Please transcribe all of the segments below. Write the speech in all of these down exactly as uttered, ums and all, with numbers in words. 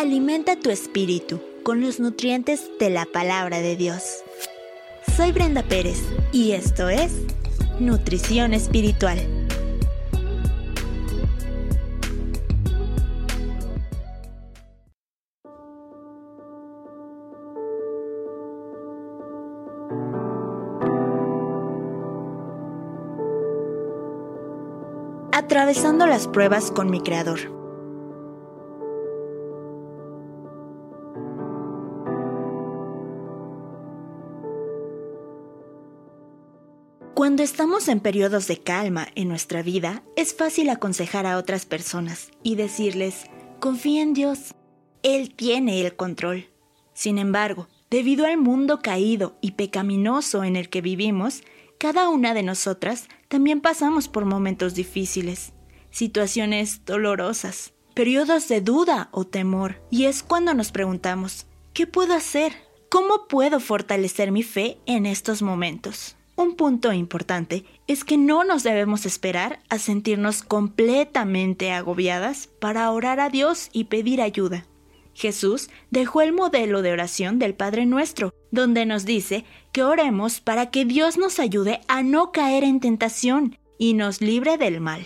Alimenta tu espíritu con los nutrientes de la palabra de Dios. Soy Brenda Pérez y esto es Nutrición Espiritual. Atravesando las pruebas con mi Creador. Cuando estamos en periodos de calma en nuestra vida, es fácil aconsejar a otras personas y decirles, confía en Dios, Él tiene el control. Sin embargo, debido al mundo caído y pecaminoso en el que vivimos, cada una de nosotras también pasamos por momentos difíciles, situaciones dolorosas, periodos de duda o temor. Y es cuando nos preguntamos, ¿qué puedo hacer? ¿Cómo puedo fortalecer mi fe en estos momentos? Un punto importante es que no nos debemos esperar a sentirnos completamente agobiadas para orar a Dios y pedir ayuda. Jesús dejó el modelo de oración del Padre Nuestro, donde nos dice que oremos para que Dios nos ayude a no caer en tentación y nos libre del mal.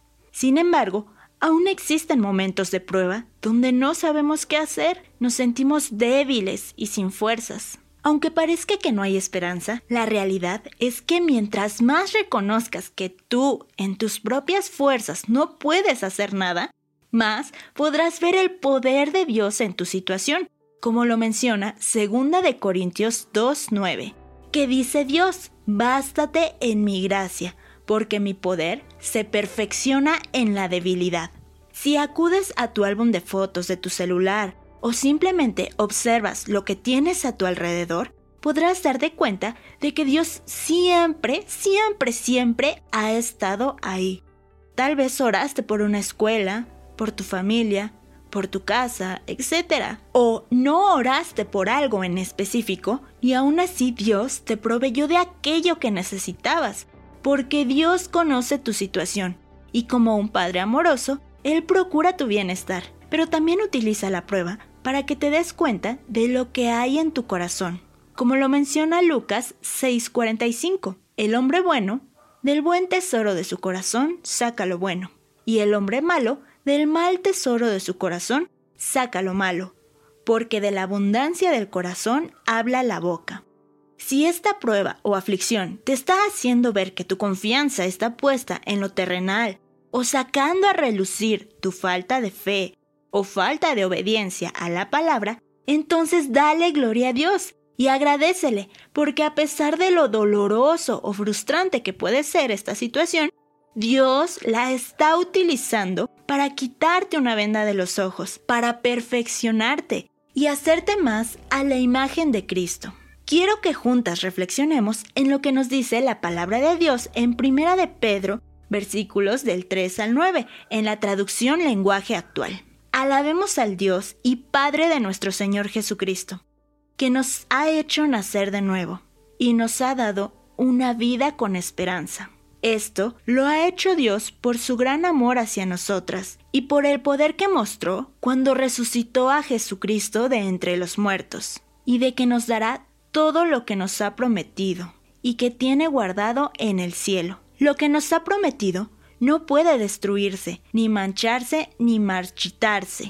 Sin embargo, aún existen momentos de prueba donde no sabemos qué hacer, nos sentimos débiles y sin fuerzas. Aunque parezca que no hay esperanza, la realidad es que mientras más reconozcas que tú, en tus propias fuerzas, no puedes hacer nada, más podrás ver el poder de Dios en tu situación, como lo menciona Segunda de Corintios dos nueve, que dice Dios, bástate en mi gracia, porque mi poder se perfecciona en la debilidad. Si acudes a tu álbum de fotos de tu celular o simplemente observas lo que tienes a tu alrededor, podrás darte cuenta de que Dios siempre, siempre, siempre ha estado ahí. Tal vez oraste por una escuela, por tu familia, por tu casa, etcétera. O no oraste por algo en específico y aún así Dios te proveyó de aquello que necesitabas, porque Dios conoce tu situación y como un Padre amoroso, Él procura tu bienestar, pero también utiliza la prueba para que te des cuenta de lo que hay en tu corazón. Como lo menciona Lucas seis cuarenta y cinco, el hombre bueno, del buen tesoro de su corazón, saca lo bueno, y el hombre malo, del mal tesoro de su corazón, saca lo malo, porque de la abundancia del corazón habla la boca. Si esta prueba o aflicción te está haciendo ver que tu confianza está puesta en lo terrenal o sacando a relucir tu falta de fe o falta de obediencia a la palabra, entonces dale gloria a Dios y agradécele, porque a pesar de lo doloroso o frustrante que puede ser esta situación, Dios la está utilizando para quitarte una venda de los ojos, para perfeccionarte y hacerte más a la imagen de Cristo. Quiero que juntas reflexionemos en lo que nos dice la palabra de Dios en Primera de Pedro, versículos del tres al nueve, en la traducción lenguaje actual. Alabemos al Dios y Padre de nuestro Señor Jesucristo, que nos ha hecho nacer de nuevo y nos ha dado una vida con esperanza. Esto lo ha hecho Dios por su gran amor hacia nosotras y por el poder que mostró cuando resucitó a Jesucristo de entre los muertos, y de que nos dará todo lo que nos ha prometido y que tiene guardado en el cielo. Lo que nos ha prometido no puede destruirse, ni mancharse, ni marchitarse.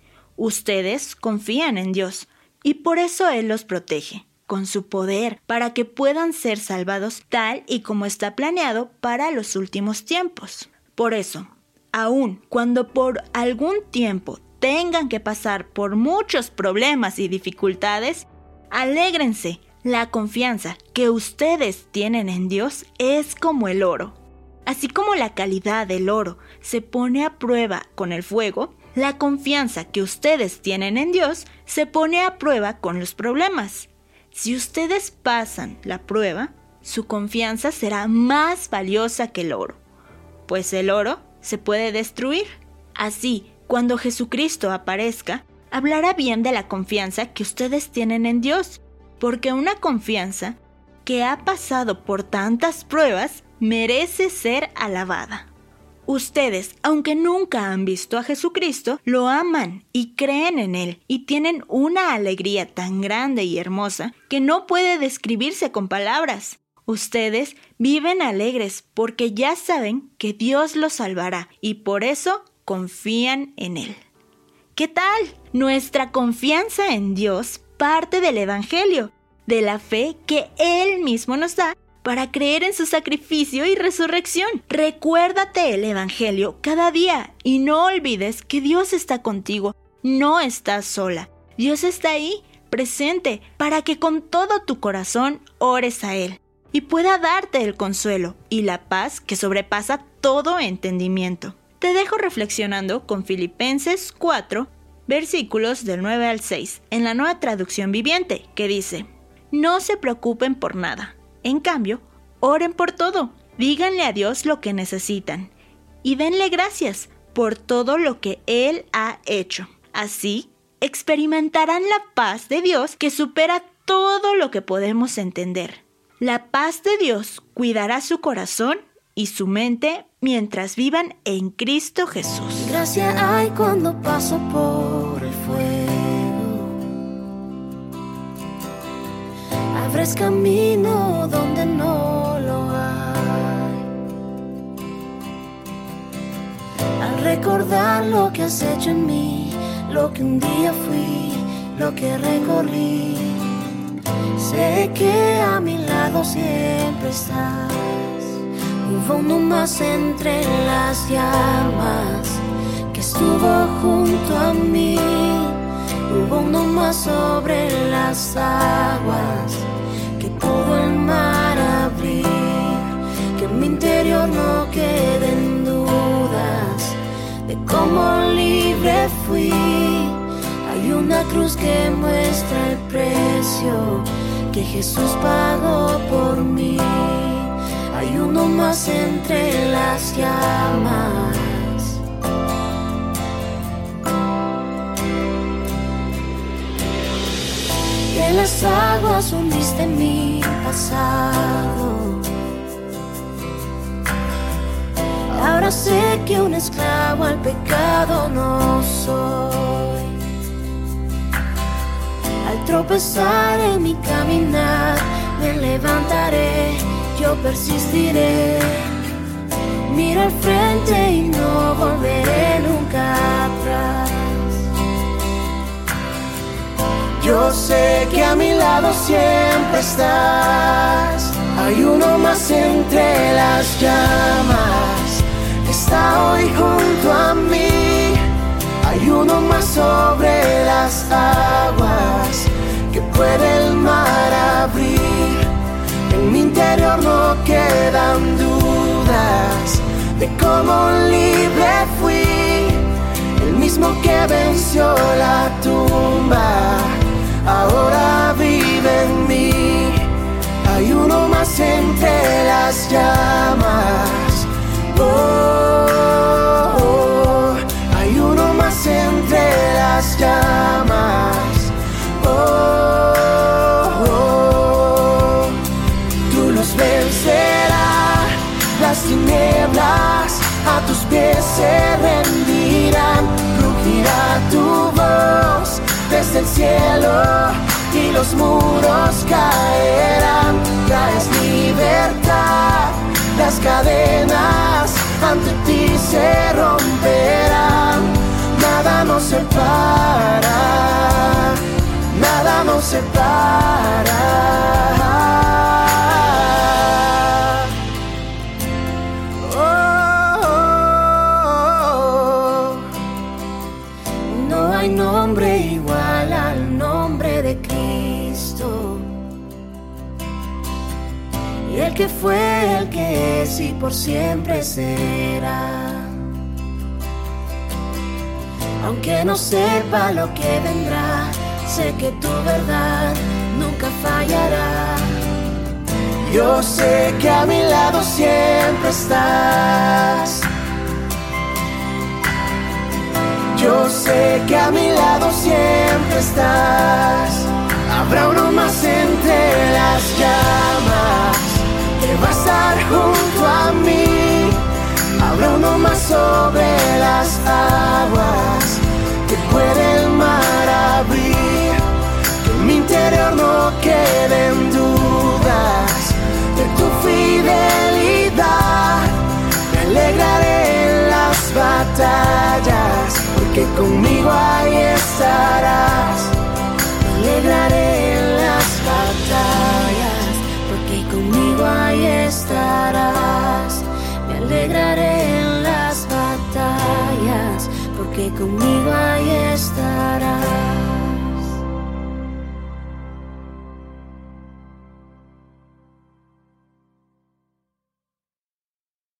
Ustedes confían en Dios y por eso Él los protege con su poder para que puedan ser salvados tal y como está planeado para los últimos tiempos. Por eso, aun cuando por algún tiempo tengan que pasar por muchos problemas y dificultades, alégrense. La confianza que ustedes tienen en Dios es como el oro. Así como la calidad del oro se pone a prueba con el fuego, la confianza que ustedes tienen en Dios se pone a prueba con los problemas. Si ustedes pasan la prueba, su confianza será más valiosa que el oro, pues el oro se puede destruir. Así, cuando Jesucristo aparezca, hablará bien de la confianza que ustedes tienen en Dios, porque una confianza que ha pasado por tantas pruebas merece ser alabada. Ustedes, aunque nunca han visto a Jesucristo, lo aman y creen en Él y tienen una alegría tan grande y hermosa que no puede describirse con palabras. Ustedes viven alegres porque ya saben que Dios los salvará y por eso confían en Él. ¿Qué tal? Nuestra confianza en Dios parte del Evangelio, de la fe que Él mismo nos da para creer en su sacrificio y resurrección. Recuérdate el Evangelio cada día y no olvides que Dios está contigo, no estás sola. Dios está ahí, presente, para que con todo tu corazón ores a Él y pueda darte el consuelo y la paz que sobrepasa todo entendimiento. Te dejo reflexionando con Filipenses cuatro, versículos del nueve al seis, en la Nueva Traducción Viviente, que dice: No se preocupen por nada. En cambio, oren por todo, díganle a Dios lo que necesitan y denle gracias por todo lo que Él ha hecho. Así, experimentarán la paz de Dios que supera todo lo que podemos entender. La paz de Dios cuidará su corazón y su mente mientras vivan en Cristo Jesús. Gracia hay cuando paso por el fuego. Abres camino donde no lo hay. Al recordar lo que has hecho en mí, lo que un día fui, lo que recorrí, sé que a mi lado siempre estás. Hubo uno más entre las llamas que estuvo junto a mí. Hubo uno más sobre las aguas que pudo el mar abrir. Que en mi interior no queden dudas de cómo libre fui. Hay una cruz que muestra el precio que Jesús pagó por mí. Hay uno más entre las llamas. En las aguas hundiste mi pasado. Ahora sé que un esclavo al pecado no soy. Al tropezar en mi caminar, me levantaré, yo persistiré. Miro al frente y no volveré nunca atrás. Yo sé que a mi lado siempre estás. Hay uno más entre las llamas que está hoy junto a mí. Hay uno más sobre las aguas que puede el mar abrir. En mi interior no quedan dudas de cómo libre fui. El mismo que venció la tumba ahora vive en mí. Hay uno más entre las llamas. Oh, oh. Hay uno más entre las llamas. Oh, oh. Tú los vencerás. Las tinieblas a tus pies se rendirán. Rugirá tu voz desde el cielo y los muros caerán. Traes libertad, las cadenas ante ti se romperán. Nada nos separa, nada nos separa. Oh, oh, oh. No hay nombre igual al nombre de Cristo. Y el que fue, el que es y por siempre será. Aunque no sepa lo que vendrá, sé que tu verdad nunca fallará. Yo sé que a mi lado siempre estás. Yo sé que a mi lado siempre estás. Habrá uno más entre las llamas que va a estar junto a mí. Habrá uno más sobre las aguas que puede el mar abrir. Que en mi interior no queden dudas de tu fidelidad. Me alegraré en las batallas, porque conmigo ahí estarás. Me alegraré en las batallas, porque conmigo ahí estarás. Me alegraré en las batallas, porque conmigo ahí estarás.